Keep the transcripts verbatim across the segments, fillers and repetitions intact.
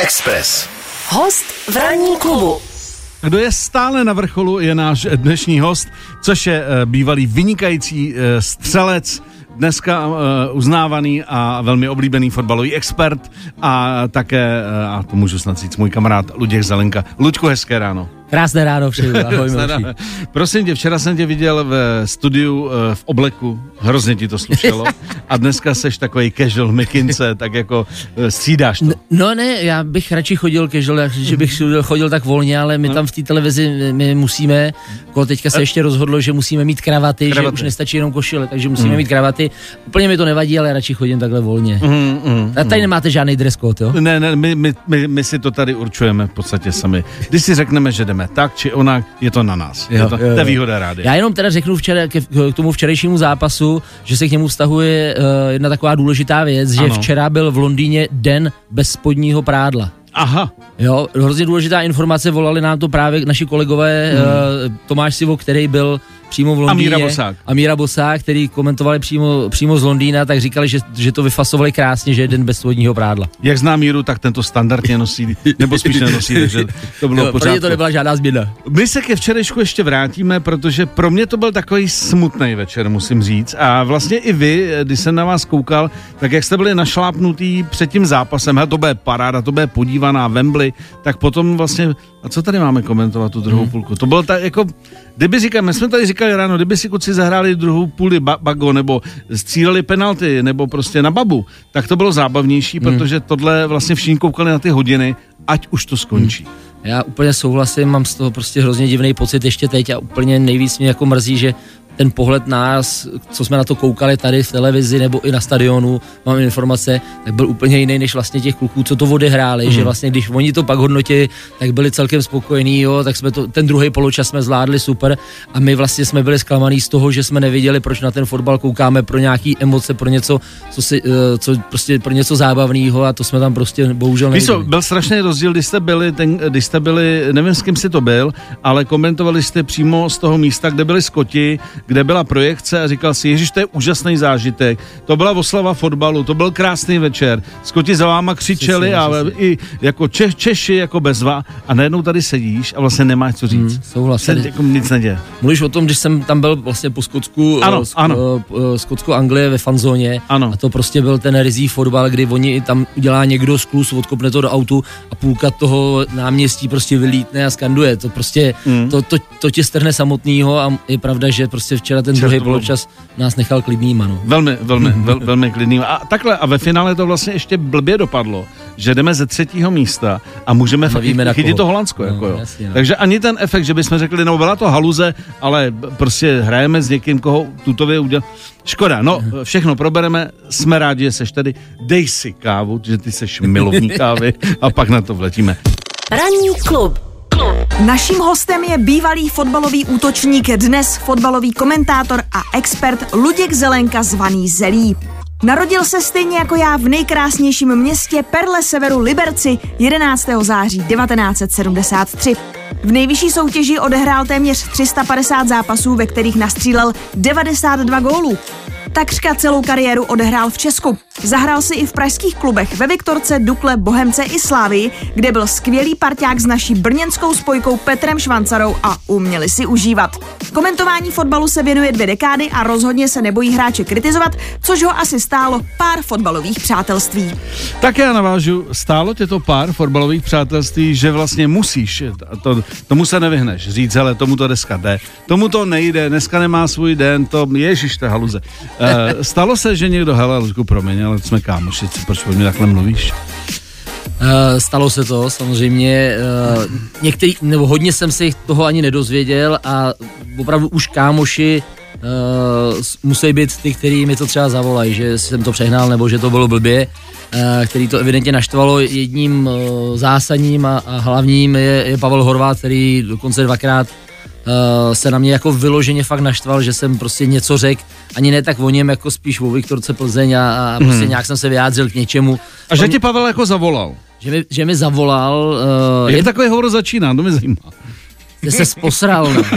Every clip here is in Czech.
Express. Host v ranní klubu. Kdo je stále na vrcholu, je náš dnešní host, což je bývalý vynikající střelec, dneska uh, uznávaný a velmi oblíbený fotbalový expert a také, uh, a to můžu snad říct, můj kamarád Luděk Zelenka. Luďku, hezké ráno. Krásné ráno všem, ahoj milí. Prosím tě, včera jsem tě viděl v studiu uh, v obleku, hrozně ti to slušelo a dneska seš takovej casual v mikince, tak jako uh, střídáš to. No ne, já bych radši chodil casual, že bych chodil tak volně, ale my tam v té televizi my musíme, jako teďka se ještě rozhodlo, že musíme mít kravaty, kravaty. Že už nestačí jenom košile, takže musíme mm. mít kravaty. Úplně mi to nevadí, ale radši chodím takhle volně. Mm, mm, a tady mm. nemáte žádný dress code, jo? Ne, ne, my, my, my, my si to tady určujeme v podstatě sami. Když si řekneme, že jdeme tak či onak, je to na nás. Jo, je to, jo, jo. To je výhoda rády. Já jenom teda řeknu včera, k, k tomu včerejšímu zápasu, že se k němu vztahuje uh, jedna taková důležitá věc, ano. Že včera byl v Londýně den bez spodního prádla. Aha. Jo, hrozně důležitá informace, volali nám to právě naši kolegové, hmm. uh, Tomáš Sivo, který byl přímo v Londýně. A Míra Bosák. A Míra Bosák, který komentovali přímo, přímo z Londýna, tak říkali, že, že to vyfasovali krásně, že je den bez spodního prádla. Jak znám Míru, tak tento standardně nosí, nebo spíš nenosí, takže to bylo v pořádku. To nebyla žádná změna. My se ke včerejšku ještě vrátíme, protože pro mě to byl takový smutný večer, musím říct. A vlastně i vy, když jsem na vás koukal, tak jak jste byli našlápnutý před tím zápasem, he, to bude paráda, to bude podívaná Wembley, tak potom vlastně, a co tady máme komentovat tu druhou hmm. půlku? To bylo tak jako, kdyby říkali, my jsme tady říkali ráno, kdyby si kluci zahráli druhou půli ba- bago, nebo stříleli penalty, nebo prostě na babu, tak to bylo zábavnější, hmm. protože tohle vlastně všichni koukali na ty hodiny, ať už to skončí. Hmm. Já úplně souhlasím, mám z toho prostě hrozně divný pocit ještě teď a úplně nejvíc mě jako mrzí, že ten pohled nás, co jsme na to koukali tady v televizi nebo i na stadionu, mám informace, tak byl úplně jiný než vlastně těch kluků, co to odehráli, mm. že vlastně když oni to pak hodnotili, tak byli celkem spokojení, jo, tak jsme to, ten druhý poločas jsme zvládli super a my vlastně jsme byli zklamaný z toho, že jsme neviděli, proč na ten fotbal koukáme pro nějaký emoce, pro něco, co si, co prostě pro něco zábavného a to jsme tam prostě bohužel neviděli. Víš co, byl strašný rozdíl, když jste byli, ten, když jste byli, nevím s kým si to byl, ale komentovali jste přímo z toho místa, kde byli Skoti, kde byla projekce a říkal si, ježiš, to je úžasný zážitek, to byla oslava fotbalu, to byl krásný večer, Skoti za váma křičeli a i jako Češ, Češi jako bezva a najednou tady sedíš a vlastně nemáš co říct. Hmm, souhlasím. Se jako nic neděje. Mluvíš o tom, když jsem tam byl vlastně po Skotsku, ano, sk- ano. Skotsko-Anglie ve fanzóně ano. A to prostě byl ten rizí fotbal, kdy oni tam udělá někdo skluz, odkopne to do autu a půlka toho náměstí prostě vylítne a skanduje. To prostě, hmm. to, to, to tě strhne samotnýho a je pravda, že prostě včera ten druhý poločas nás nechal klidnýma, no. Velmi, velmi, vel, velmi klidnýma. A takhle, a ve finále to vlastně ještě blbě dopadlo, že jdeme ze třetího místa a můžeme fakt chytit to Holandsko, no, jako jo. Jasně, no. Takže ani ten efekt, že bychom řekli, no byla to haluze, ale prostě hrajeme s někým, koho tutově udělal. Škoda, no všechno probereme, jsme rádi, že seš tady, dej si kávu, že ty seš milovní kávy a pak na to vletíme. Ranní klub. Naším hostem je bývalý fotbalový útočník, dnes fotbalový komentátor a expert Luděk Zelenka zvaný Zelí. Narodil se stejně jako já v nejkrásnějším městě Perle severu Liberci jedenáctého září devatenáct set sedmdesát tři. V nejvyšší soutěži odehrál téměř tři sta padesát zápasů, ve kterých nastřílel devadesát dva gólů. Takřka celou kariéru odehrál v Česku. Zahrál si i v pražských klubech ve Viktorce, Dukle, Bohemce i Slávii, kde byl skvělý parťák s naší brněnskou spojkou Petrem Švancarou a uměli si užívat. Komentování fotbalu se věnuje dvě dekády a rozhodně se nebojí hráče kritizovat, což ho asi stálo pár fotbalových přátelství. Tak já navážu, stálo tě to pár fotbalových přátelství, že vlastně musíš, to, tomu se nevyhneš, říct, hele, tomu to dneska jde, tomu to nejde, dneska nemá svůj den, to ježiš, to je haluze. Uh, stalo se, že někdo, hele, Luďku, promiň, ale jsme kámoši, proč o mě takhle mluvíš? Uh, stalo se to, samozřejmě, uh, některý, nebo hodně jsem si toho ani nedozvěděl a opravdu už kámoši uh, musí být ty, který mi to třeba zavolají, že jsem to přehnal, nebo že to bylo blbě, uh, který to evidentně naštvalo. Jedním uh, zásadním a, a hlavním je, je Pavel Horváth, který dokonce dvakrát Uh, se na mě jako vyloženě fakt naštval, že jsem prostě něco řekl, ani ne tak o něm, jako spíš o Viktorce Plzeň a, a mm. prostě nějak jsem se vyjádřil k něčemu. A že On, ti Pavel jako zavolal? Že mi, že mi zavolal. Uh, Jak je, takový hovor začíná, to mi zajímá. Že se posral, no.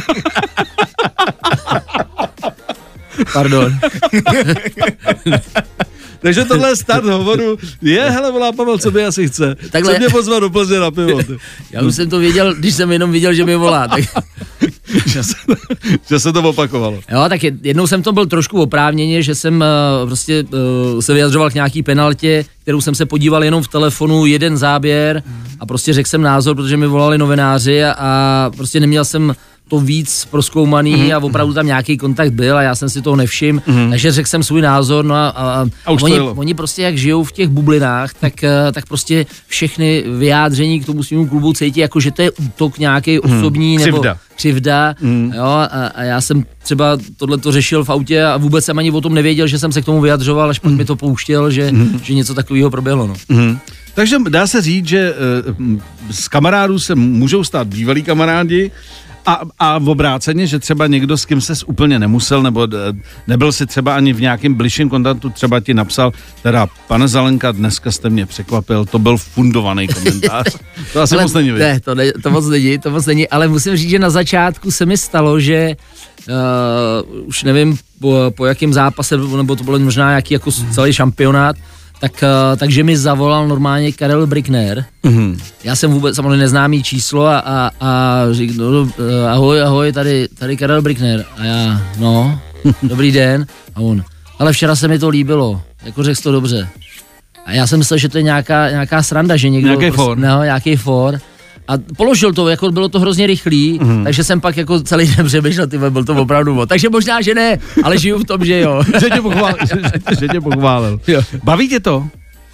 Pardon. Takže tohle je start hovoru. Je, hele, volá Pavel, co by asi chce. Takhle... Co mě pozvat do Plzně na pivo. Já už jsem to věděl, když jsem jenom viděl, že mi volá. Tak... že, se, že se to opakovalo. Jo, tak jednou jsem to byl trošku oprávněně, že jsem uh, prostě uh, se vyjadřoval k nějaký penaltě, kterou jsem se podíval jenom v telefonu, jeden záběr a prostě řekl jsem názor, protože mi volali novináři a, a prostě neměl jsem to víc prozkoumaný mm-hmm. a opravdu tam nějaký kontakt byl a já jsem si toho nevšiml, mm-hmm. takže řekl jsem svůj názor, no a, a, a oni, oni prostě jak žijou v těch bublinách, tak, tak prostě všechny vyjádření k tomu svým klubu cítí, jako že to je útok nějaký osobní mm. nebo křivda, křivda mm. jo, a, a já jsem třeba tohleto řešil v autě a vůbec jsem ani o tom nevěděl, že jsem se k tomu vyjadřoval, až pak mm. mi to pouštěl, že, mm. že něco takového proběhlo. No. Mm. Takže dá se říct, že z kamarádů se můžou stát bývalí kamarádi, A, a v obráceně, že třeba někdo, s kým ses úplně nemusel, nebo nebyl si třeba ani v nějakém bližším kontaktu, třeba ti napsal, teda pane Zelenka, dneska jste mě překvapil, to byl fundovaný komentář. To asi ale moc není, ne, to, ne, to moc není, to moc není, ale musím říct, že na začátku se mi stalo, že uh, už nevím po, po jakém zápase, nebo to bylo možná nějaký jako celý šampionát, Tak, uh, takže mi zavolal normálně Karel Brickner. Mm-hmm. Já jsem vůbec samozřejmě neznámý číslo a, a, a řík, no, uh, ahoj, ahoj, tady, tady Karel Brickner. A já, no, dobrý den. A on, ale včera se mi to líbilo, jako řekl to dobře. A já jsem myslel, že to je nějaká, nějaká sranda, že někdo... Nějaký for. No, nějaký for. A položil to, jako bylo to hrozně rychlý, mm. takže jsem pak jako celý den přemýšlel, ty byl to opravdu moc. Takže možná, že ne, ale žiju v tom, že jo. že tě pochválil. že, že tě pochválil. Baví tě to?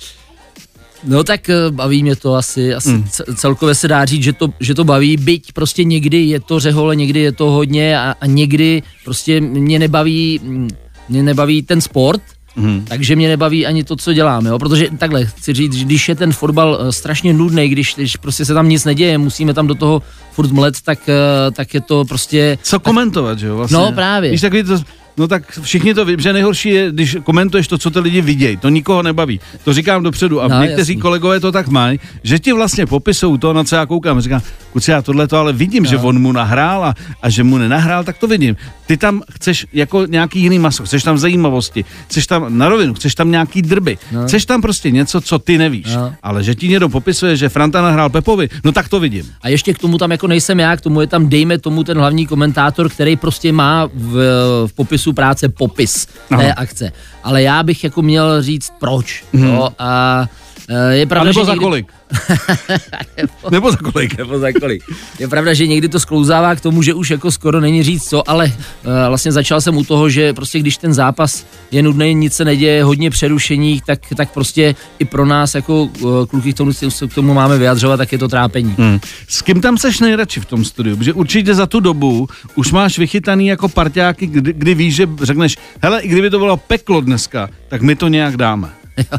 No tak baví mě to asi, asi mm. celkově se dá říct, že to, že to baví, byť prostě někdy je to řehole, někdy je to hodně a, a někdy prostě mě nebaví, mě nebaví ten sport, Hmm. takže mě nebaví ani to, co děláme, jo? Protože takhle chci říct, když je ten fotbal strašně nudný, když, když prostě se tam nic neděje, musíme tam do toho furt mlet, tak, tak je to prostě... Co komentovat, že jo? Vlastně. No právě. Když takový to... No tak všichni to ví, že nejhorší je, když komentuješ to, co ty lidi vidějí, to nikoho nebaví. To říkám dopředu a no, někteří jasný. Kolegové to tak mají, že ti vlastně popisují to, na co já koukám. Říkám, kuci, já tohle to ale vidím, no. že on mu nahrál a, a že mu nenahrál, tak to vidím. Ty tam chceš jako nějaký jiný maso, chceš tam zajímavosti, chceš tam na rovinu, chceš tam nějaký drby, no. chceš tam prostě něco, co ty nevíš. No. Ale že ti někdo popisuje, že Franta nahrál Pepovi, no tak to vidím. A ještě k tomu tam jako nejsem já, k tomu je tam dejme tomu ten hlavní komentátor, který prostě má v, v popisu práce popis Aha. té akce. Ale já bych jako měl říct proč. Hmm. No, a je pravda, a nebo že za někdy... kolik? nebo, nebo za kolik? Nebo za kolik. Je pravda, že někdy to sklouzává k tomu, že už jako skoro není říct co, ale uh, vlastně začal jsem u toho, že prostě když ten zápas je nudný, nic se neděje, hodně přerušení, tak, tak prostě i pro nás jako uh, kluky k tomu, k tomu máme vyjadřovat, tak je to trápení. Hmm. S kým tam seš nejradši v tom studiu? Protože určitě za tu dobu už máš vychytaný jako parťáky, kdy, kdy víš, že řekneš, hele, i kdyby to bylo peklo dneska, tak my to nějak dáme.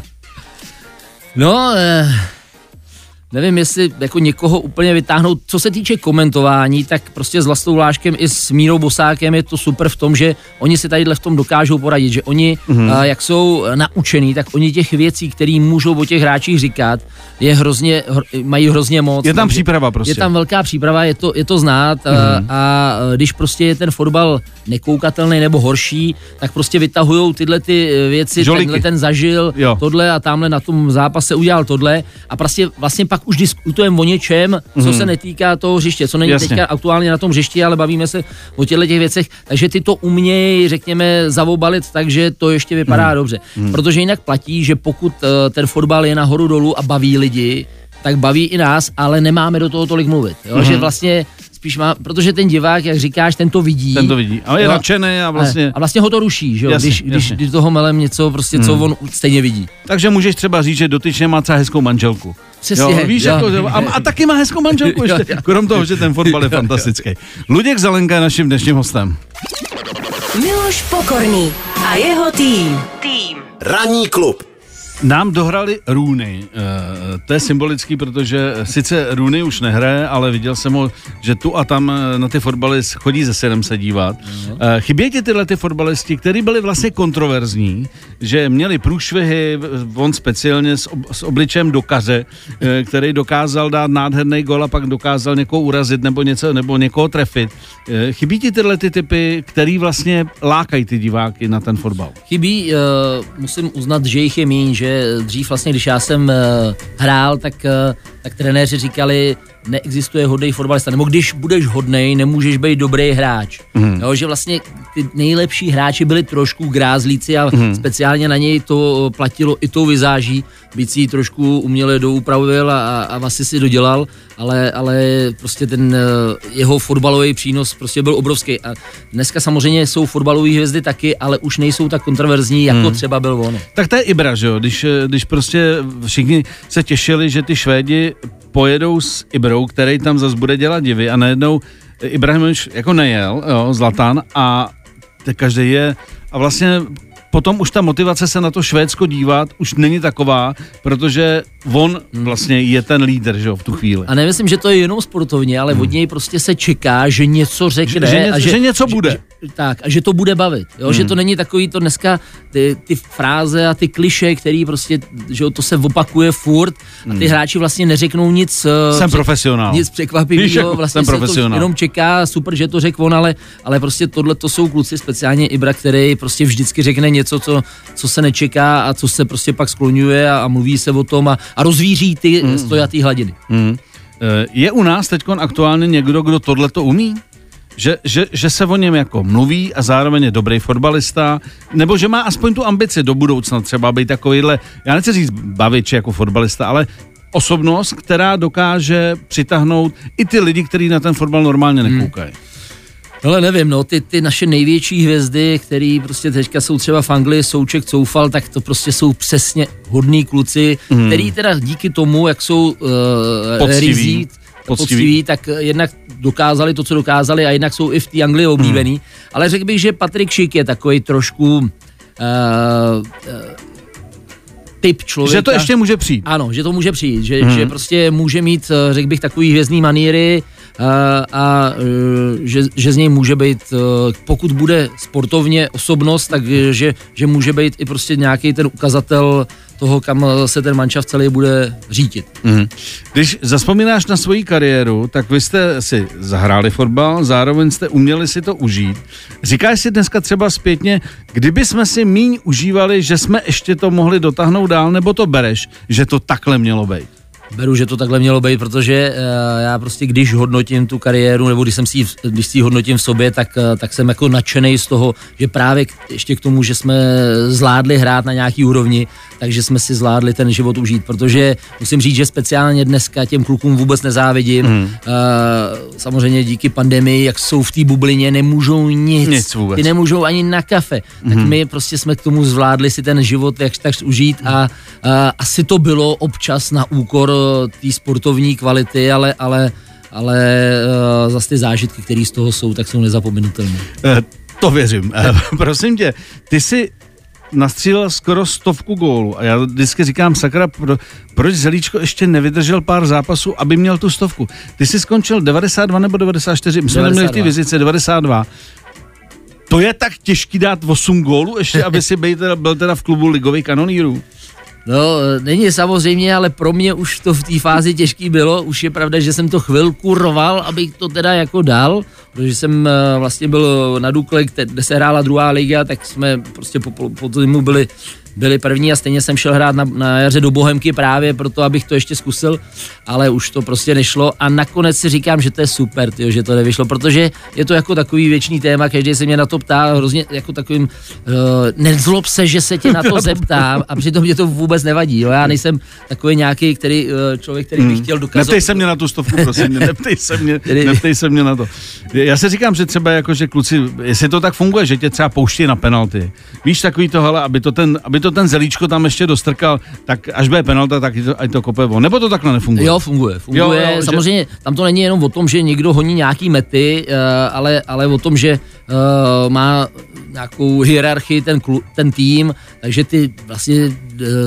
No, eh, nevím, jestli jako někoho úplně vytáhnout. Co se týče komentování, tak prostě s Vlastou Vláškem i s Mírou Bosákem je to super v tom, že oni si tadyhle v tom dokážou poradit, že oni, mm-hmm. a, jak jsou naučený, tak oni těch věcí, které můžou o těch hráčích říkat, je hrozně, hr, mají hrozně moc. Je tam příprava prostě. Je tam velká příprava, je to, je to znát mm-hmm. a, a když prostě je ten fotbal nekoukatelný nebo horší, tak prostě vytahujou tyhle ty věci, Žoliky. Tenhle ten zažil, jo. tohle a tamhle na tom zápase udělal tohle a prostě vlastně pak už diskutujeme o něčem, mm-hmm. co se netýká toho hřiště, co není Jasně. teďka aktuálně na tom hřišti, ale bavíme se o těchto těch věcech, takže ty to umějí, řekněme, zavobalit, takže to ještě vypadá mm-hmm. dobře. Mm-hmm. Protože jinak platí, že pokud uh, ten fotbal je nahoru dolů a baví lidi, tak baví i nás, ale nemáme do toho tolik mluvit. Jo? Mm-hmm. Že vlastně spíš má, protože ten divák, jak říkáš, ten to vidí. Ten to vidí, ale je nadšený a vlastně... A vlastně ho to ruší, že jo, jasně, když, když, když toho melem něco, prostě, co hmm. on stejně vidí. Takže můžeš třeba říct, že dotyčně má třeba hezkou manželku. Přesně. Jo, víš, jo. Jako, a, a taky má hezkou manželku ještě, jo, jo. Krom toho, že ten fotbal je fantastický. Luděk Zelenka je naším dnešním hostem. Miloš Pokorný a jeho tým. Tým. Ranní klub. Nám dohrali Rooney. To je symbolický, protože sice Rooney už nehraje, ale viděl jsem ho, že tu a tam na ty fotbaly chodí ze synem se dívat. Uh-huh. Chybějí ti tyhle ty fotbalisti, kteří byli vlastně kontroverzní, že měli průšvihy, on speciálně s, ob, s obličem dokaře, který dokázal dát nádherný gol a pak dokázal někoho urazit nebo něco, nebo někoho trefit. Chybí ti tyhle ty typy, který vlastně lákají ty diváky na ten fotbal? Chybí, uh, musím uznat, že jich je míň, že dřív vlastně, když já jsem uh, hrál, tak, uh, tak trenéři říkali, neexistuje hodnej fotbalista, nebo když budeš hodnej, nemůžeš být dobrý hráč. Mm. Jo, že vlastně ty nejlepší hráči byli trošku grázlíci a mm. speciálně na něj to platilo i tou vizáží, byť si ji trošku uměle doupravil a, a asi si dodělal, ale, ale prostě ten jeho fotbalový přínos prostě byl obrovský. A dneska samozřejmě jsou fotbalové hvězdy taky, ale už nejsou tak kontroverzní, jako mm. třeba byl on. Tak to je Ibra, že jo? Když, když prostě všichni se těšili, že ty Švédi pojedou s Ibrou, který tam zase bude dělat divy a najednou Ibrahimovič jako nejel, jo, Zlatan a každý je a vlastně potom už ta motivace se na to Švédsko dívat už není taková, protože on vlastně je ten lídr, že jo, v tu chvíli. A nemyslím, že to je jenom sportovně, ale hmm. od něj prostě se čeká, že něco řekne. Že, že, něco, a že, že něco bude. Že, že, tak, a že to bude bavit. Jo? Hmm. Že to není takový to dneska, ty, ty fráze a ty kliše, který prostě, že to se opakuje furt a ty hráči vlastně neřeknou nic. Jsem před, profesionál. Nic překvapivého, vlastně se to jenom čeká, super, že to řekl on, ale, ale prostě tohle to jsou kluci, speciálně Ibra, který prostě vždycky řekne něco, co, co se nečeká a co se prostě pak skloňuje a, a mluví se o tom a, a rozvíří ty mm. stojatý hladiny. Mm. Je u nás teďkon aktuálně někdo, kdo tohleto umí? Že, že, že se o něm jako mluví a zároveň je dobrý fotbalista, nebo že má aspoň tu ambici do budoucna třeba být takovýhle, já nechci říct bavič jako fotbalista, ale osobnost, která dokáže přitáhnout i ty lidi, kteří na ten fotbal normálně nekoukají. Hmm. Ale nevím, no, ty, ty naše největší hvězdy, který prostě teďka jsou třeba v Anglii, Souček, Coufal, tak to prostě jsou přesně hodní kluci, hmm. který teda díky tomu, jak jsou uh, rizí, poctiví, tak jednak dokázali to, co dokázali a jednak jsou i v té Anglii oblíbený. Hmm. Ale řekl bych, že Patrik Schick je takový trošku uh, uh, typ člověka. Že to ještě může přijít. Ano, že to může přijít, že, hmm. že prostě může mít, řekl bych, takový hvězdný maníry a, a že, že z něj může být, pokud bude sportovně osobnost, tak že, že může být i prostě nějaký ten ukazatel toho, kam se ten manšaft celý bude řídit. Mm. Když zazpomínáš na svoji kariéru, tak vy jste si zahráli fotbal, zároveň jste uměli si to užít. Říkáš si dneska třeba zpětně, kdyby jsme si míň užívali, že jsme ještě to mohli dotáhnout dál, nebo to bereš, že to takhle mělo být? Beru, že to takhle mělo být, protože uh, já prostě, když hodnotím tu kariéru, nebo když jsem si, když si ji hodnotím v sobě, tak, uh, tak jsem jako nadšenej z toho, že právě k, ještě k tomu, že jsme zvládli hrát na nějaký úrovni, takže jsme si zvládli ten život užít, protože musím říct, že speciálně dneska těm klukům vůbec nezávidím. Hmm. Uh, samozřejmě díky pandemii, jak jsou v té bublině, nemůžou nic, nic ty nemůžou ani na kafe. Hmm. Tak my prostě jsme k tomu zvládli si ten život jak tak užít a uh, asi to bylo občas na úkor té sportovní kvality, ale, ale, ale uh, zase ty zážitky, které z toho jsou, tak jsou nezapomenutelné. Eh, to věřím. Eh, prosím tě, ty jsi nastřílel skoro stovku gólů a já vždycky říkám, sakra, pro, proč Zelíčko ještě nevydržel pár zápasů, aby měl tu stovku? Ty jsi skončil devadesát dva nebo devadesát čtyři, my jsme neměli v té vizice devadesát dva. To je tak těžký dát osm gólů ještě, aby si byl teda, byl teda v klubu ligových kanonýrů? No, není samozřejmě, ale pro mě už to v té fázi těžký bylo. Už je pravda, že jsem to chvilku rval, abych to teda jako dal, protože jsem vlastně byl na Dukle, kde se hrála druhá liga, tak jsme prostě po, po, po týmu byli, byli první a stejně jsem šel hrát na, na jaře do Bohemky právě proto, abych to ještě zkusil, ale už to prostě nešlo a nakonec si říkám, že to je super, tyjo, že to nevyšlo, protože je to jako takový věčný téma, každý se mě na to ptá hrozně jako takovým, uh, nezlob se, že se tě na to zeptám a přitom mě to vůbec nevadí, jo? Já nejsem takový nějaký, který, uh, člověk, který bych chtěl dokázat. Neptej se mě na tu stovku, prosím, neptej se mě, neptej se mě na to. Já se říkám, že třeba jako, že kluci, jestli to tak funguje, že tě třeba pouští na penalty, víš takový to, hele, aby to ten, aby to ten Zelíčko tam ještě dostrkal, tak až bude penalta, tak to, ať to kope von. Nebo to takhle nefunguje? Jo, funguje. funguje. Jo, jo, samozřejmě že... tam to není jenom o tom, že někdo honí nějaký mety, uh, ale, ale o tom, že uh, má nějakou hierarchii ten, klu, ten tým, takže ty vlastně, uh,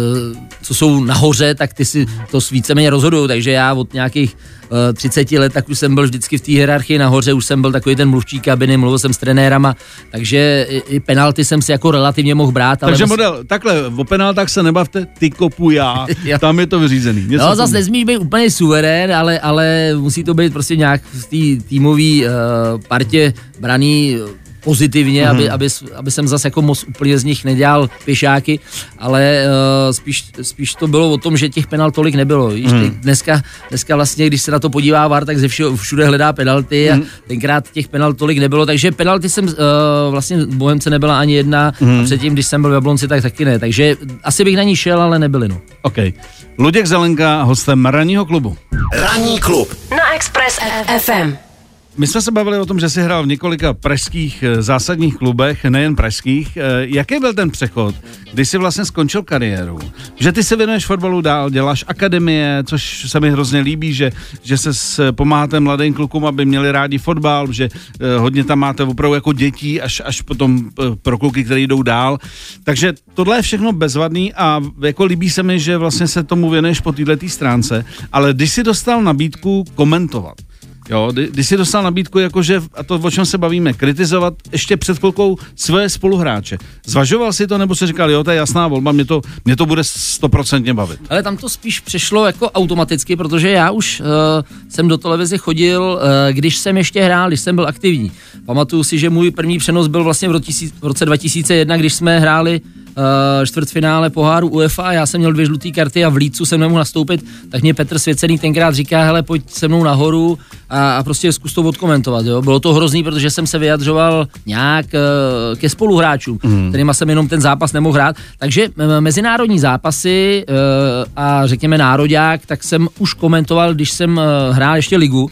co jsou nahoře, tak ty si to víceméně rozhodují, takže já od nějakých uh, třicet let, tak už jsem byl vždycky v té hierarchii nahoře, už jsem byl takový ten mluvčí kabiny, mluvil jsem s trenérama, takže i, i penalty jsem si jako relativně mohl brát. Ale takže model, takhle, o penaltách se nebavte, ty kopu já, tam je to vyřízený. Něco no zase nesmíš být úplně suverén, ale, ale musí to být prostě nějak v té týmové uh, partě braný pozitivně, mm. aby, aby, aby jsem zase jako moc úplně z nich nedělal pěšáky, ale uh, spíš, spíš to bylo o tom, že těch penalt tolik nebylo. Víš, mm. dneska, dneska vlastně, když se na to podívá V A R, tak ze všeho, všude hledá penalty a mm. tenkrát těch penalt tolik nebylo, takže penalty jsem uh, vlastně v Bohemce nebyla ani jedna mm. a předtím, když jsem byl v Jablonci, tak taky ne, takže asi bych na ní šel, ale nebyly, no. OK. Luděk Zelenka, hostem Ranního klubu. Ranní klub na Express F M. My jsme se bavili o tom, že jsi hrál v několika pražských zásadních klubech, nejen pražských. Jaký byl ten přechod, kdy jsi vlastně skončil kariéru? Že ty se věnuješ fotbalu dál, děláš akademie, což se mi hrozně líbí, že, že se pomáháte mladým klukům, aby měli rádi fotbal, že hodně tam máte opravdu jako dětí, až, až potom pro kluky, který jdou dál. Takže tohle je všechno bezvadný a jako líbí se mi, že vlastně se tomu věnuješ po této stránce, ale když jsi dostal nabídku komentovat, jo, kdy, když jsi dostal nabídku, jakože, a to, o čem se bavíme, kritizovat ještě před chvilkou svoje spoluhráče. Zvažoval si to, nebo si říkal, jo, to je jasná volba, mě to, mě to bude stoprocentně bavit? Ale tam to spíš přešlo jako automaticky, protože já už uh, jsem do televize chodil, uh, když jsem ještě hrál, když jsem byl aktivní. Pamatuju si, že můj první přenos byl vlastně v, roce, v roce dva tisíce jedna, když jsme hráli Uh, čtvrtfinále poháru UEFA, já jsem měl dvě žluté karty a v Lícu jsem nemohl nastoupit, tak mě Petr Svěcený tenkrát říká, hele, pojď se mnou nahoru a, a prostě zkus to odkomentovat, jo. Bylo to hrozný, protože jsem se vyjadřoval nějak uh, ke spoluhráčům, mm. kterýma jsem jenom ten zápas nemohl hrát, takže uh, mezinárodní zápasy uh, a řekněme nároďák, tak jsem už komentoval, když jsem uh, hrál ještě ligu.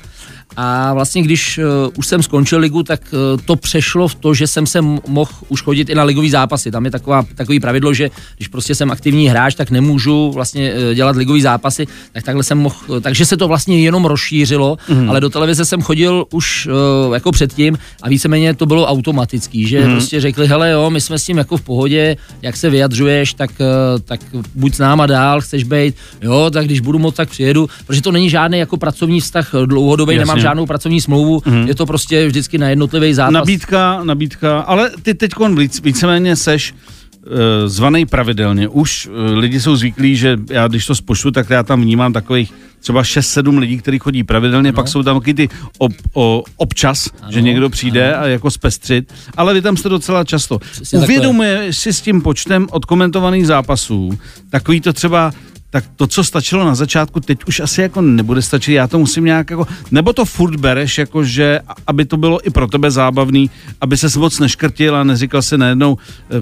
A vlastně když uh, už jsem skončil ligu, tak uh, to přešlo v to, že jsem se m- mohl už chodit i na ligový zápasy. Tam je taková, takový pravidlo, že když prostě jsem aktivní hráč, tak nemůžu vlastně uh, dělat ligový zápasy, tak takhle jsem mohl, uh, takže se to vlastně jenom rozšířilo, mm. ale do televize jsem chodil už uh, jako předtím a víceméně to bylo automatický, že mm. prostě řekli, hele jo, my jsme s tím jako v pohodě, jak se vyjadřuješ, tak, uh, tak buď s náma dál, chceš být, jo, tak když budu moc, tak přijedu, protože to není žádný jako pracovní vztah dlouhodobý, nemám žádnou pracovní smlouvu, mm. je to prostě vždycky na jednotlivý zápas. Nabídka, nabídka, ale ty teďkon víc, víceméně seš uh, zvanej pravidelně. Už uh, lidi jsou zvyklí, že já když to spočtu, tak já tam vnímám takových třeba šest sedm lidí, kteří chodí pravidelně, no. Pak jsou tam taky ty ob, o, občas, ano, že někdo přijde ano. a jako zpestřit, ale vy tam jste docela často. Uvědomuješ si s tím počtem odkomentovaných zápasů, takový to třeba tak to, co stačilo na začátku, teď už asi jako nebude stačit, já to musím nějak jako, nebo to furt bereš, jako že, aby to bylo i pro tebe zábavný, aby ses moc neškrtil a neříkal si najednou,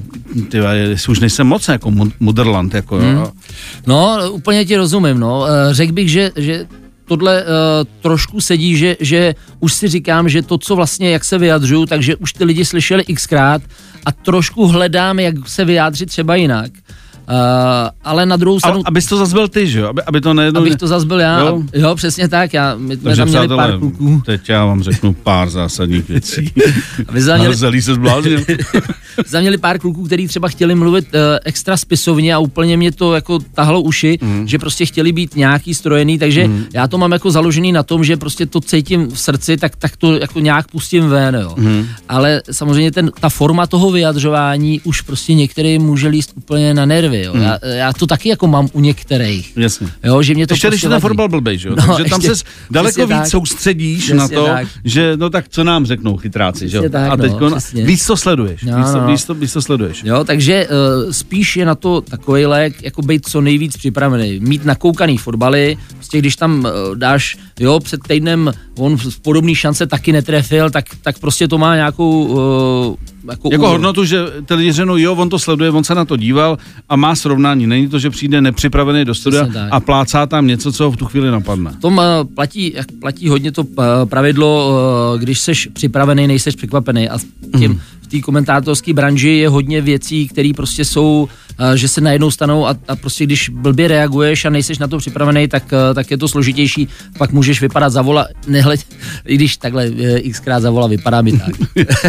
ty, už nejsem moc jako Mudrland, jako, hmm. jo. No, úplně ti rozumím, no, řekl bych, že, že tohle uh, trošku sedí, že, že už si říkám, že to, co vlastně, jak se vyjadřuju, takže už ty lidi slyšeli xkrát a trošku hledám, jak se vyjádřit třeba jinak. Uh, ale na druhou stranu... Abys to zazbyl ty, že jo? Aby, aby to nejednou... Abych to zazbyl já, jo, jo přesně tak, já, my jsme tam měli pár kluků. Teď já vám řeknu pár zásadních věcí. Aby zaměli... Zelí se zbláznil. Zaměli pár kluků, kteří třeba chtěli mluvit uh, extra spisovně a úplně mě to jako tahlo uši, mm. že prostě chtěli být nějaký strojený, takže mm. já to mám jako založený na tom, že prostě to cítím v srdci, tak, tak to jako nějak pustím ven, jo. Mm. Ale samozřejmě ten, ta forma toho vyjadřování už prostě některý může líst úplně na nervy. Jo. Hmm. Já, já to taky jako mám u některých. Jasně. Jo, že mě to ještě prostě když je ten fotbal blbej, že jo? No, takže tam se daleko víc tak. soustředíš přesně na to, tak. že no tak co nám řeknou chytráci, že jo? Tak, a teď no, víc to sleduješ. No, víc, to, víc, to, víc to sleduješ. Jo, takže uh, spíš je na to takový lék, jako být co nejvíc připravený. Mít nakoukaný fotbaly, prostě když tam uh, dáš, jo, před týdnem on v podobný šance taky netrefil, tak, tak prostě to má nějakou uh, jako, jako hodnotu, že ty lidi řeknou, jo, on to sleduje, on se na to díval a má srovnání. Není to, že přijde nepřipravený do studia a plácá tam něco, co ho v tu chvíli napadne. V tom uh, platí, platí hodně to uh, pravidlo, uh, když seš připravený, nejseš překvapený a tím mm. v té komentátorské branži je hodně věcí, které prostě jsou že se najednou stanou a, a prostě když blbě reaguješ a nejseš na to připravený, tak, tak je to složitější, pak můžeš vypadat za vola, nehled, i když takhle xkrát za vola vypadá mi tak.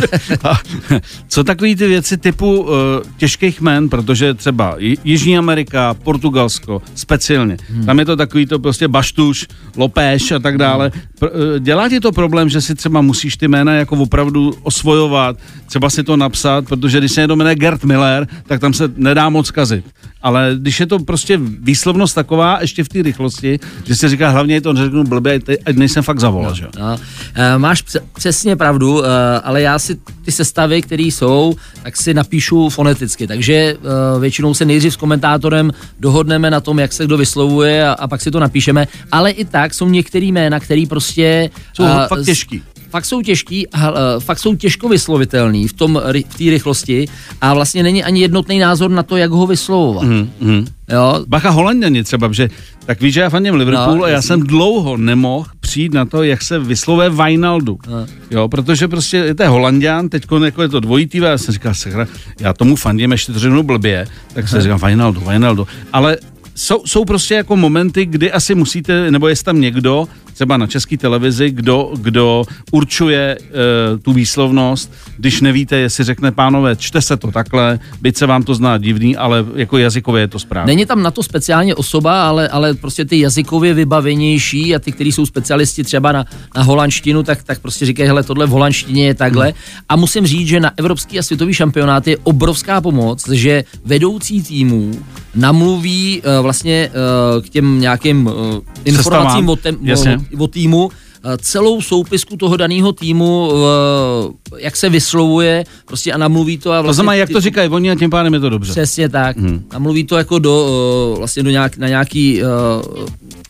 Co takový ty věci typu uh, těžkých jmen, protože třeba Jižní Amerika, Portugalsko, speciálně, hmm. tam je to takový to prostě Baštuš, Lopeš a tak dále. Pr- dělá ti to problém, že si třeba musíš ty jména jako opravdu osvojovat, třeba si to napsat, protože když se někdo jmenuje Gerd Miller, tak tam se nedá moc kazit. Ale když je to prostě výslovnost taková, ještě v té rychlosti, že si říká, hlavně je to neřeknu blbě, ať nejsem fakt zavolal, no, že? No. E, máš přesně pravdu, e, ale já si ty sestavy, které jsou, tak si napíšu foneticky, takže e, většinou se nejdřív s komentátorem dohodneme na tom, jak se kdo vyslovuje a, a pak si to napíšeme, ale i tak jsou některé jména, které prostě... Jsou uh, fakt těžký. Fakt jsou těžký, uh, fakt jsou těžko vyslovitelný v tom v té rychlosti a vlastně není ani jednotný názor na to, jak ho vyslovovat. Mm, mm. Jo? Bacha, Holanděni třeba, že tak víš, že já fandím Liverpool no, a já jasný. jsem dlouho nemohl přijít na to, jak se vyslovuje Wijnaldum. No. Jo, protože prostě je to Holanďan, teďko jako je to dvojitý, já jsem říkal, já tomu fandím, ještě to řeknu blbě, tak se říkám Wijnaldum, Wijnaldum. Ale jsou, jsou prostě jako momenty, kdy asi musíte, nebo jest tam někdo, třeba na České televizi, kdo, kdo určuje e, tu výslovnost, když nevíte, jestli řekne pánové, čte se to takhle, byť se vám to zná divný, ale jako jazykově je to správně. Není tam na to speciálně osoba, ale, ale prostě ty jazykově vybavenější a ty, kteří jsou specialisti třeba na, na holandštinu, tak, tak prostě říkají, hele, tohle v holandštině je takhle. Hmm. A musím říct, že na evropský a světový šampionát je obrovská pomoc, že vedoucí týmů namluví uh, vlastně uh, k těm nějakým uh, informacím o, tem, o, o týmu uh, celou soupisku toho daného týmu, uh, jak se vyslovuje, prostě a namluví to. A vlastně to znamená, jak to říkají oni a tím pádem je to dobře. Přesně tak. Hmm. Namluví to jako do, uh, vlastně do nějak, na nějaký uh,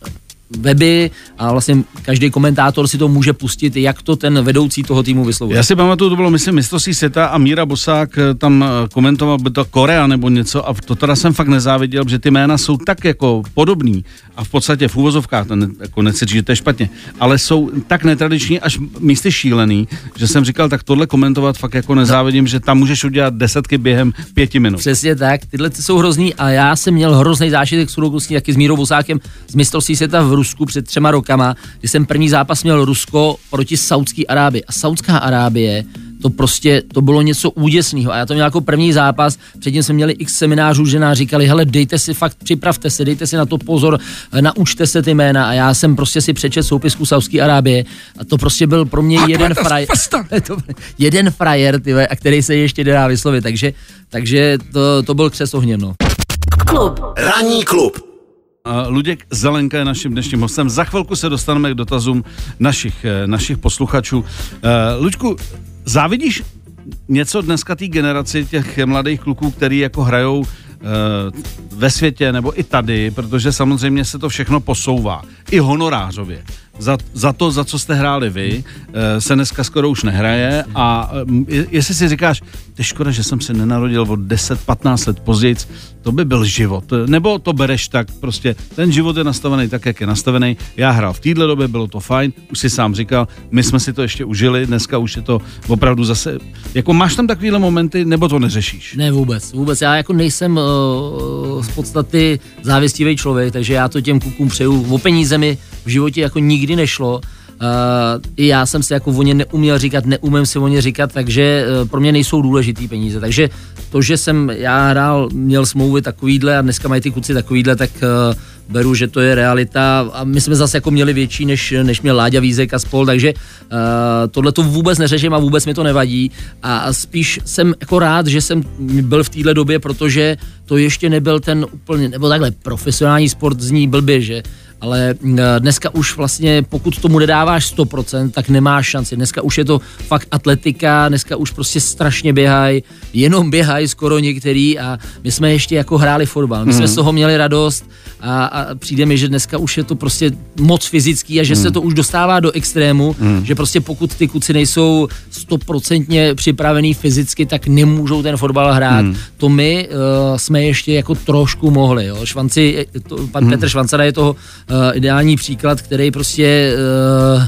weby a vlastně každý komentátor si to může pustit, jak to ten vedoucí toho týmu vyslovuje. Já si pamatuju, to bylo myslím mistrovství světa a Míra Bosák tam komentoval, by to Korea nebo něco a to teda jsem fakt nezáviděl, že ty jména jsou tak jako podobný a v podstatě v úvozovkách, to ne, jako nechci říct, že to je špatně, ale jsou tak netradiční, až místy šílený, že jsem říkal, tak tohle komentovat fakt jako nezávidím, no. Že tam můžeš udělat desetky během pěti minut. Přesně tak, tyhle ty jsou hrozný a já jsem měl hrozný zážitek s Urugusní, taky s Mírou Bosákem z mistrovství světa v Rusku před třema rokama, kdy jsem první zápas měl Rusko proti Saudské Arábii. A Saudská Arábie, to prostě, to bylo něco úděsného. A já to měl jako první zápas, předtím jsme měli x seminářů, že nás říkali, hele, dejte si fakt, připravte se, dejte si na to pozor, naučte se ty jména. A já jsem prostě si přečet soupisku Saudské Arábie a to prostě byl pro mě jeden frajer, jeden frajer, tyve, a který se ještě nedá vyslovit. Takže, takže to, to byl křes ohněm, no. Klub. Ranní klub. Uh, Luděk Zelenka je naším dnešním hostem. Za chvilku se dostaneme k dotazům našich, našich posluchačů. Uh, Luďku, závidíš něco dneska té generaci těch mladých kluků, který jako hrajou uh, ve světě nebo i tady, protože samozřejmě se to všechno posouvá. I honorářově. Za, za to, za co jste hráli vy, se dneska skoro už nehraje a jestli si říkáš, to je škoda, že jsem se nenarodil o deset patnáct let později, to by byl život. Nebo to bereš tak, prostě ten život je nastavený tak, jak je nastavený. Já hrál v téhle době, bylo to fajn, už si sám říkal, my jsme si to ještě užili, dneska už je to opravdu zase, jako máš tam takovýhle momenty, nebo to neřešíš? Ne, vůbec, vůbec, já jako nejsem uh, z podstaty závistivý člověk, takže já to těm klukům přeju, o peníze mi v životě jako nikdy nešlo. Uh, I já jsem si jako o ně neuměl říkat, neumím si o ně říkat, takže uh, pro mě nejsou důležitý peníze. Takže to, že jsem já hrál, měl smlouvy takovýhle a dneska mají ty kluci takovýhle, tak uh, beru, že to je realita a my jsme zase jako měli větší, než, než měl Láďa Vízek a spol, takže uh, tohle to vůbec neřeším a vůbec mi to nevadí a spíš jsem jako rád, že jsem byl v téhle době, protože to ještě nebyl ten úplně, nebo takhle profesionální sport zní blbě, že ale dneska už vlastně, pokud tomu nedáváš sto procent, tak nemáš šanci. Dneska už je to fakt atletika, dneska už prostě strašně běhají, jenom běhají skoro některý a my jsme ještě jako hráli fotbal. My jsme mm. z toho měli radost a, a přijde mi, že dneska už je to prostě moc fyzický a že mm. se to už dostává do extrému, mm. že prostě pokud ty kluci nejsou stoprocentně připravený fyzicky, tak nemůžou ten fotbal hrát. Mm. To my uh, jsme ještě jako trošku mohli. Jo. Švanci, to, pan mm. Petr Švancara je toho uh, ideální příklad, který prostě uh,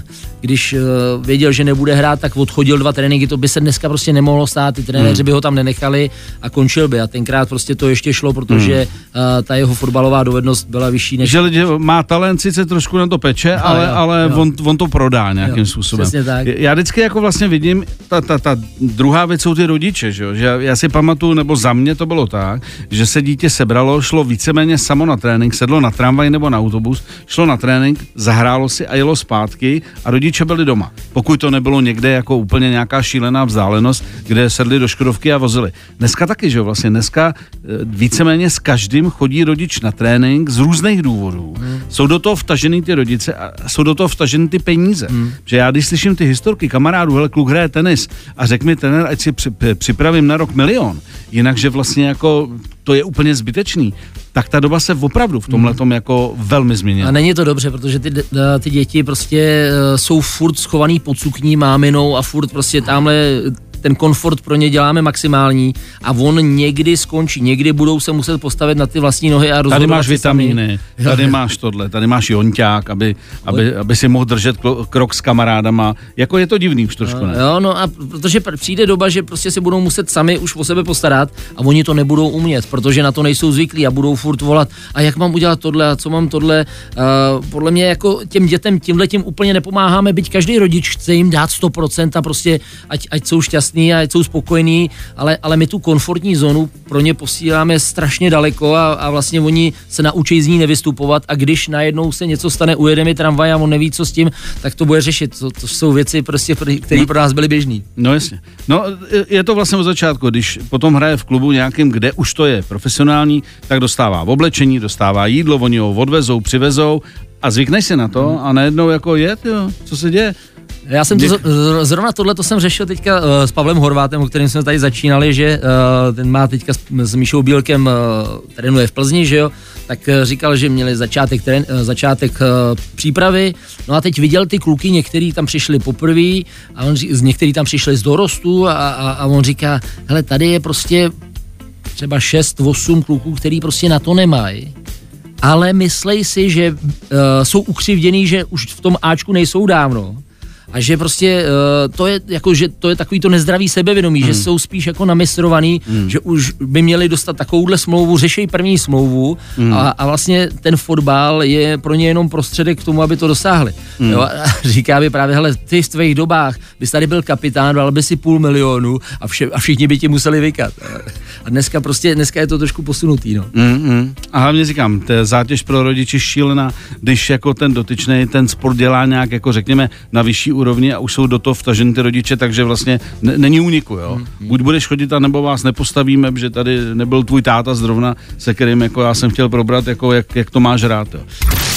když uh, věděl, že nebude hrát, tak odchodil dva tréninky, to by se dneska prostě nemohlo stát, ty trenéři hmm. by ho tam nenechali a končil by a tenkrát prostě to ještě šlo, protože hmm. uh, ta jeho fotbalová dovednost byla vyšší než... Že lidi má talent, sice trošku na to peče, ale, ale, ale on, on to prodá nějakým jo, způsobem. Tak. Já vždycky jako vlastně vidím, ta, ta, ta druhá věc jsou ty rodiče, že, že já si pamatuju, nebo za mě to bylo tak, že se dítě sebralo, šlo víceméně samo na trénink, sedlo na tramvaj nebo na autobus, šlo na trénink, zahrálo si a jelo zpátky a rodiče byli doma. Pokud to nebylo někde jako úplně nějaká šílená vzdálenost, kde sedli do Škodovky a vozili. Dneska taky, že jo, vlastně dneska víceméně s každým chodí rodič na trénink z různých důvodů. Hmm. Jsou do toho vtažený ty rodiče a jsou do toho vtažený ty peníze. Hmm. Že já když slyším ty historky kamarádů, hele, kluk hraje tenis a řekl mi trenér, ať si připravím na rok milion, jinak, že vlastně jako to je úplně zbytečný, tak ta doba se opravdu v tomhletom jako velmi změnila. A není to dobře, protože ty, ty děti prostě jsou furt schovaný pod sukní máminou a furt prostě tamhle ten komfort pro ně děláme maximální a on někdy skončí, někdy budou se muset postavit na ty vlastní nohy a rozhodovat. Tady máš vitamíny, sami. Tady máš tohle, tady máš jonťák, aby, aby, aby si mohl držet krok s kamarádama. Jako je to divný už trošku, ne? Jo, no a protože přijde doba, že prostě se budou muset sami už o sebe postarat a oni to nebudou umět, protože na to nejsou zvyklí a budou furt volat a jak mám udělat tohle a co mám tohle. Uh, podle mě jako těm dětem tímhletím úplně nepomáháme, byť každý rodič chce jim dát sto procent a prostě ať, ať jsou šťastní a jsou spokojení, ale, ale my tu komfortní zónu pro ně posíláme strašně daleko a, a vlastně oni se naučí z ní nevystupovat a když najednou se něco stane, ujede mi tramvaj a on neví, co s tím, tak to bude řešit. To, to jsou věci, prostě, které no, pro nás byly běžný. No jasně. No je to vlastně od začátku, když potom hraje v klubu nějakým, kde už to je profesionální, tak dostává oblečení, dostává jídlo, oni ho odvezou, přivezou a zvykneš si na to hmm. a najednou jako je, jo, co se děje? Já jsem to, zrovna tohle to jsem řešil teďka uh, s Pavlem Horvátem, o kterým jsme tady začínali, že uh, ten má teďka s, s Míšou Bílkem uh, trénuje v Plzni, že jo, tak uh, říkal, že měli začátek, trén, uh, začátek uh, přípravy, no a teď viděl ty kluky, některý tam přišli poprvé a on, některý tam přišli z dorostu a, a, a on říká, hele, tady je prostě třeba šest osm kluků, který prostě na to nemají. Ale myslej si, že uh, jsou ukřivděný, že už v tom Ačku nejsou dávno. A že prostě uh, to je jako, že to je takový to nezdravý sebevědomí, hmm. že jsou spíš jako namistrovaný, hmm. že už by měli dostat takovouhle smlouvu, řešej první smlouvu hmm. a, a vlastně ten fotbal je pro ně jenom prostředek k tomu, aby to dosáhli. Hmm. Jo, a říká by právě, hele, ty v tvých dobách bys tady byl kapitán, dal by si půl milionu a, vše, a všichni by ti museli vykat. A dneska prostě, dneska je to trošku posunutý, no. Hmm, hmm. A hlavně říkám, to je zátěž pro rodiče šílená, když jako ten dotyčný ten sport dělá nějak, jako řekněme, na vyšší úrovni a už jsou do toho vtaženi ty rodiče, takže vlastně n- není úniku, jo. Hmm. Buď budeš chodit a nebo vás nepostavíme, že tady nebyl tvůj táta zrovna, se kterým jako já jsem chtěl probrat, jako jak, jak to máš rád, jo.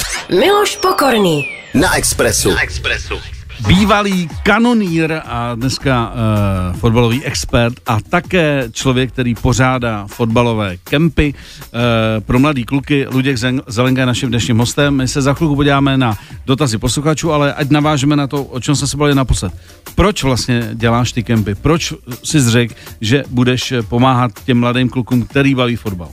Miloš Pokorný na Expressu. Na Expressu. Bývalý kanonýr a dneska uh, fotbalový expert a také člověk, který pořádá fotbalové kempy uh, pro mladý kluky. Luděk Zelenka je naším dnešním hostem. My se za chvilku podíváme na dotazy posluchačů, ale ať navážeme na to, o čem jsme se bavili naposled. Proč vlastně děláš ty kempy? Proč jsi řekl, že budeš pomáhat těm mladým klukům, který baví fotbal?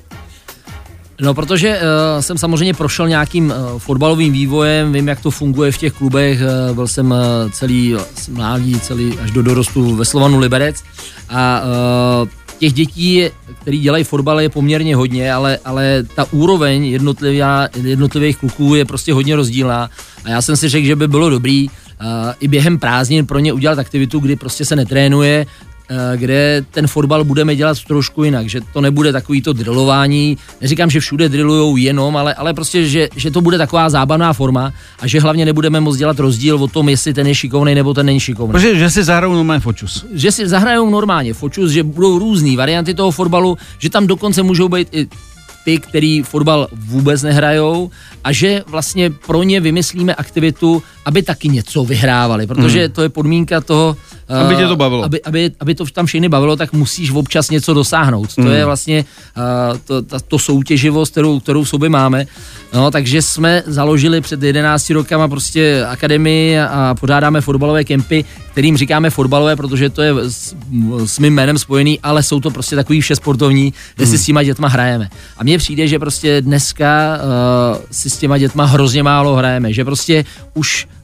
No, protože uh, jsem samozřejmě prošel nějakým uh, fotbalovým vývojem, vím, jak to funguje v těch klubech, uh, byl jsem uh, celý mládí, celý až do dorostu ve Slovanu Liberec a uh, těch dětí, který dělají fotbal, je poměrně hodně, ale, ale ta úroveň jednotlivých kluků je prostě hodně rozdílná a já jsem si řekl, že by bylo dobrý uh, i během prázdnin pro ně udělat aktivitu, kdy prostě se netrénuje, kde ten fotbal budeme dělat trošku jinak, že to nebude takový to drillování, neříkám, že všude drillujou jenom, ale, ale prostě, že, že to bude taková zábavná forma a že hlavně nebudeme moc dělat rozdíl o tom, jestli ten je šikovnej nebo ten není šikovnej. Protože že si zahrajou normálně fočus. Že si zahrajou normálně fočus, že budou různý varianty toho fotbalu, že tam dokonce můžou být i ty, který fotbal vůbec nehrajou a že vlastně pro ně vymyslíme aktivitu, aby taky něco vyhrávali, protože hmm. to je podmínka toho, aby tě to bavilo. Aby, aby, aby to tam všechny bavilo, tak musíš občas něco dosáhnout. Hmm. To je vlastně uh, to, to, to soutěživost, kterou, kterou v sobě máme. No, takže jsme založili před jedenácti rokama prostě akademii a pořádáme fotbalové kempy, kterým říkáme fotbalové, protože to je s, s mým jménem spojený, ale jsou to prostě takový všesportovní, kde hmm. si s těma dětma hrajeme. A mně přijde, že prostě dneska uh, si s těma dětma hrozně málo hrajeme, že prostě už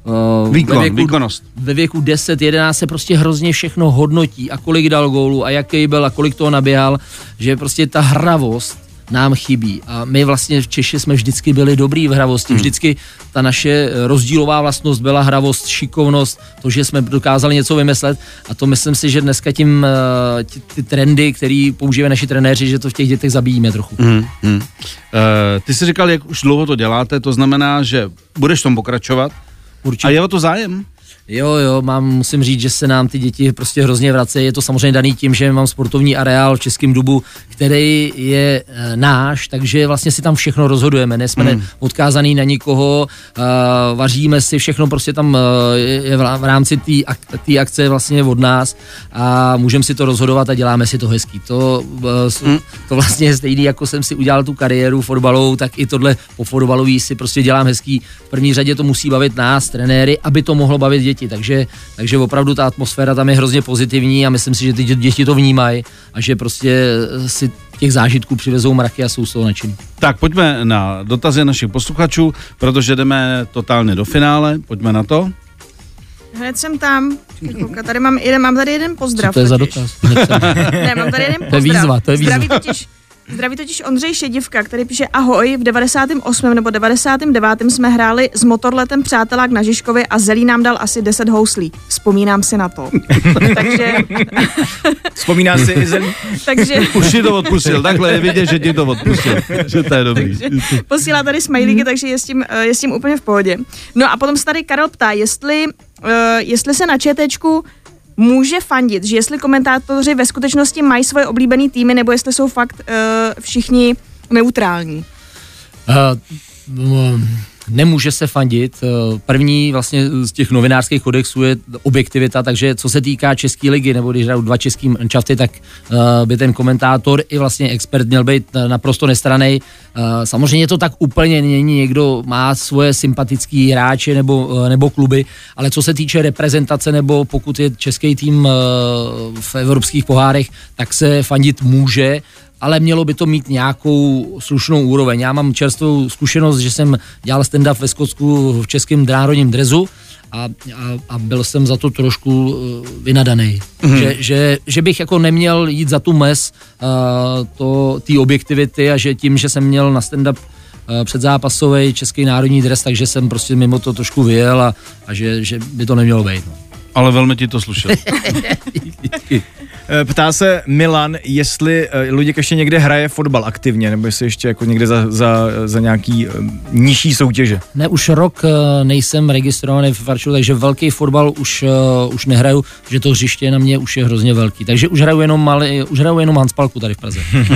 Uh, Výkon, ve věku, výkonnost. Ve věku deset jedenáct se prostě hrozně všechno hodnotí a kolik dal gólu a jaký byl a kolik toho naběhal, že prostě ta hravost nám chybí. A my vlastně v Češi jsme vždycky byli dobrý v hravosti. Vždycky ta naše rozdílová vlastnost byla hravost, šikovnost, to, že jsme dokázali něco vymyslet. A to myslím si, že dneska tím ty, ty trendy, který používají naši trenéři, že to v těch dětech zabíjíme trochu. Mm, mm. Uh, ty jsi říkal, jak už dlouho to děláte, to znamená, že budeš v tom pokračovat. Určitě. A je o to zájem? Jo, jo, mám, musím říct, že se nám ty děti prostě hrozně vracejí. Je to samozřejmě daný tím, že mám sportovní areál v Českém Dubu, který je e, náš, takže vlastně si tam všechno rozhodujeme. Nejsme hmm. odkázaný na nikoho, e, vaříme si, všechno prostě tam e, je v, v rámci té ak, akce vlastně od nás a můžeme si to rozhodovat a děláme si to hezký. To, e, hmm. to vlastně je stejný, jako jsem si udělal tu kariéru fotbalovou, tak i tohle po fotbalový si prostě dělám hezký. V první řadě to musí bavit nás, trenéry, aby to mohlo bavit děti. Takže, takže opravdu ta atmosféra tam je hrozně pozitivní a myslím si, že ty děti to vnímají a že prostě si těch zážitků přivezou mraky a jsou z toho nadšení. Tak pojďme na dotazy našich posluchačů, protože jdeme totálně do finále. Pojďme na to. Hned jsem tam. Tady mám, jeden, mám tady jeden pozdrav. Co to je za dotaz? Ne, mám tady jeden pozdrav. To je výzva, to je výzva. Zdraví totiž, zdraví totiž Ondřej Šedivka, který píše: ahoj, v devadesátém osmém nebo devadesátém devátém jsme hráli s motorletem Přátelák na Žižkově a Zelí nám dal asi deset houslí. Vzpomínám si na to. Takže... Vzpomíná si i Zelí? Takže... Už ti to odpustil, takhle je vidět, že ti to odpustil. Že to je dobrý. Takže posílá tady smajlíky, takže je s, tím, je s tím úplně v pohodě. No a potom se tady Karel ptá, jestli, uh, jestli se na ČTčku může fandit, že jestli komentátoři ve skutečnosti mají svoje oblíbené týmy, nebo jestli jsou fakt uh, všichni neutrální. Uh, nemůže se fandit. První vlastně z těch novinářských kodexů je objektivita, takže co se týká České ligy, nebo když hrajou dva český manšafty, tak uh, by ten komentátor i vlastně expert měl být naprosto nestranný. Uh, samozřejmě to tak úplně není, někdo má svoje sympatický hráče nebo, uh, nebo kluby, ale co se týče reprezentace, nebo pokud je český tým uh, v evropských pohárech, tak se fandit může, ale mělo by to mít nějakou slušnou úroveň. Já mám čerstvou zkušenost, že jsem dělal stand-up ve Skotsku v českém národním dresu a, a, a byl jsem za to trošku uh, vynadanej. Mm. Že, že, že bych jako neměl jít za tu mez uh, to, té objektivity a že tím, že jsem měl na stand-up uh, předzápasový český národní dres, takže jsem prostě mimo to trošku vyjel a, a že, že by to nemělo být. No. Ale velmi ti to slušel. Ptá se Milan, jestli Luděk ještě někde hraje fotbal aktivně, nebo jestli ještě jako někde za, za, za nějaký nižší soutěže. Ne, už rok nejsem registrovaný v Varču, takže velký fotbal už, už nehraju, že to hřiště na mě už je hrozně velký. Takže už hraju jenom malý, už hraju jenom Hanspalku tady v Praze.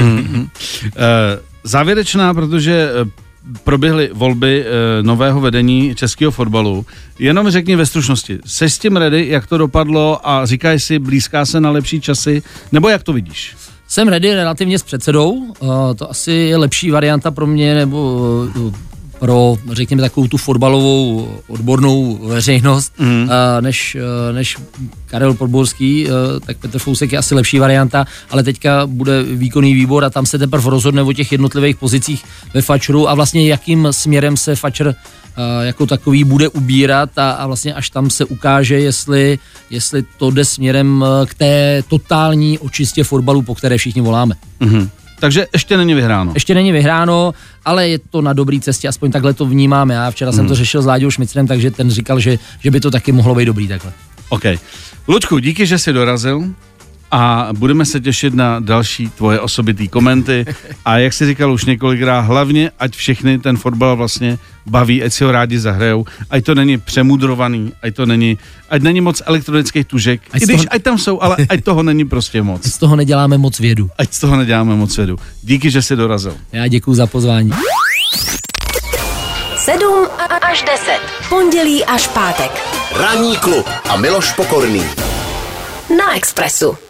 Závěrečná, protože proběhly volby e, nového vedení českého fotbalu. Jenom řekni ve stručnosti, seš s tím ready, jak to dopadlo a říkáš si, blízká se na lepší časy, nebo jak to vidíš? Jsem ready relativně s předsedou, uh, to asi je lepší varianta pro mě, nebo uh, pro, řekněme, takovou tu fotbalovou odbornou veřejnost, mm. uh, než, uh, než Karel Podborský, uh, tak Petr Fousek je asi lepší varianta, ale teďka bude výkonný výbor a tam se teprve rozhodne o těch jednotlivých pozicích ve Fačru a vlastně jakým směrem se Fačr uh, jako takový bude ubírat a, a vlastně až tam se ukáže, jestli, jestli to jde směrem k té totální očistě fotbalu, po které všichni voláme. Mm. Takže ještě není vyhráno. Ještě není vyhráno, ale je to na dobré cestě, aspoň takhle to vnímám. Já včera hmm. jsem to řešil s Láďou Šmicrem, takže ten říkal, že, že by to taky mohlo být dobrý takhle. OK. Luďku, díky, že jsi dorazil a budeme se těšit na další tvoje osobitý komenty a jak jsi říkal už několikrát, hlavně ať všechny ten fotbal vlastně baví, ať si ho rádi zahrajou, ať to není přemudrovaný, ať to není, ať není moc elektronických tužek, ať i když toho... ať tam jsou, ale ať toho není prostě moc. Ať z toho neděláme moc vědu. Ať z toho neděláme moc vědu. Díky, že jsi dorazil. Já děkuju za pozvání. sedm až deset. Pondělí až pátek. Ranní klub a Miloš Pokorný. Na Expressu.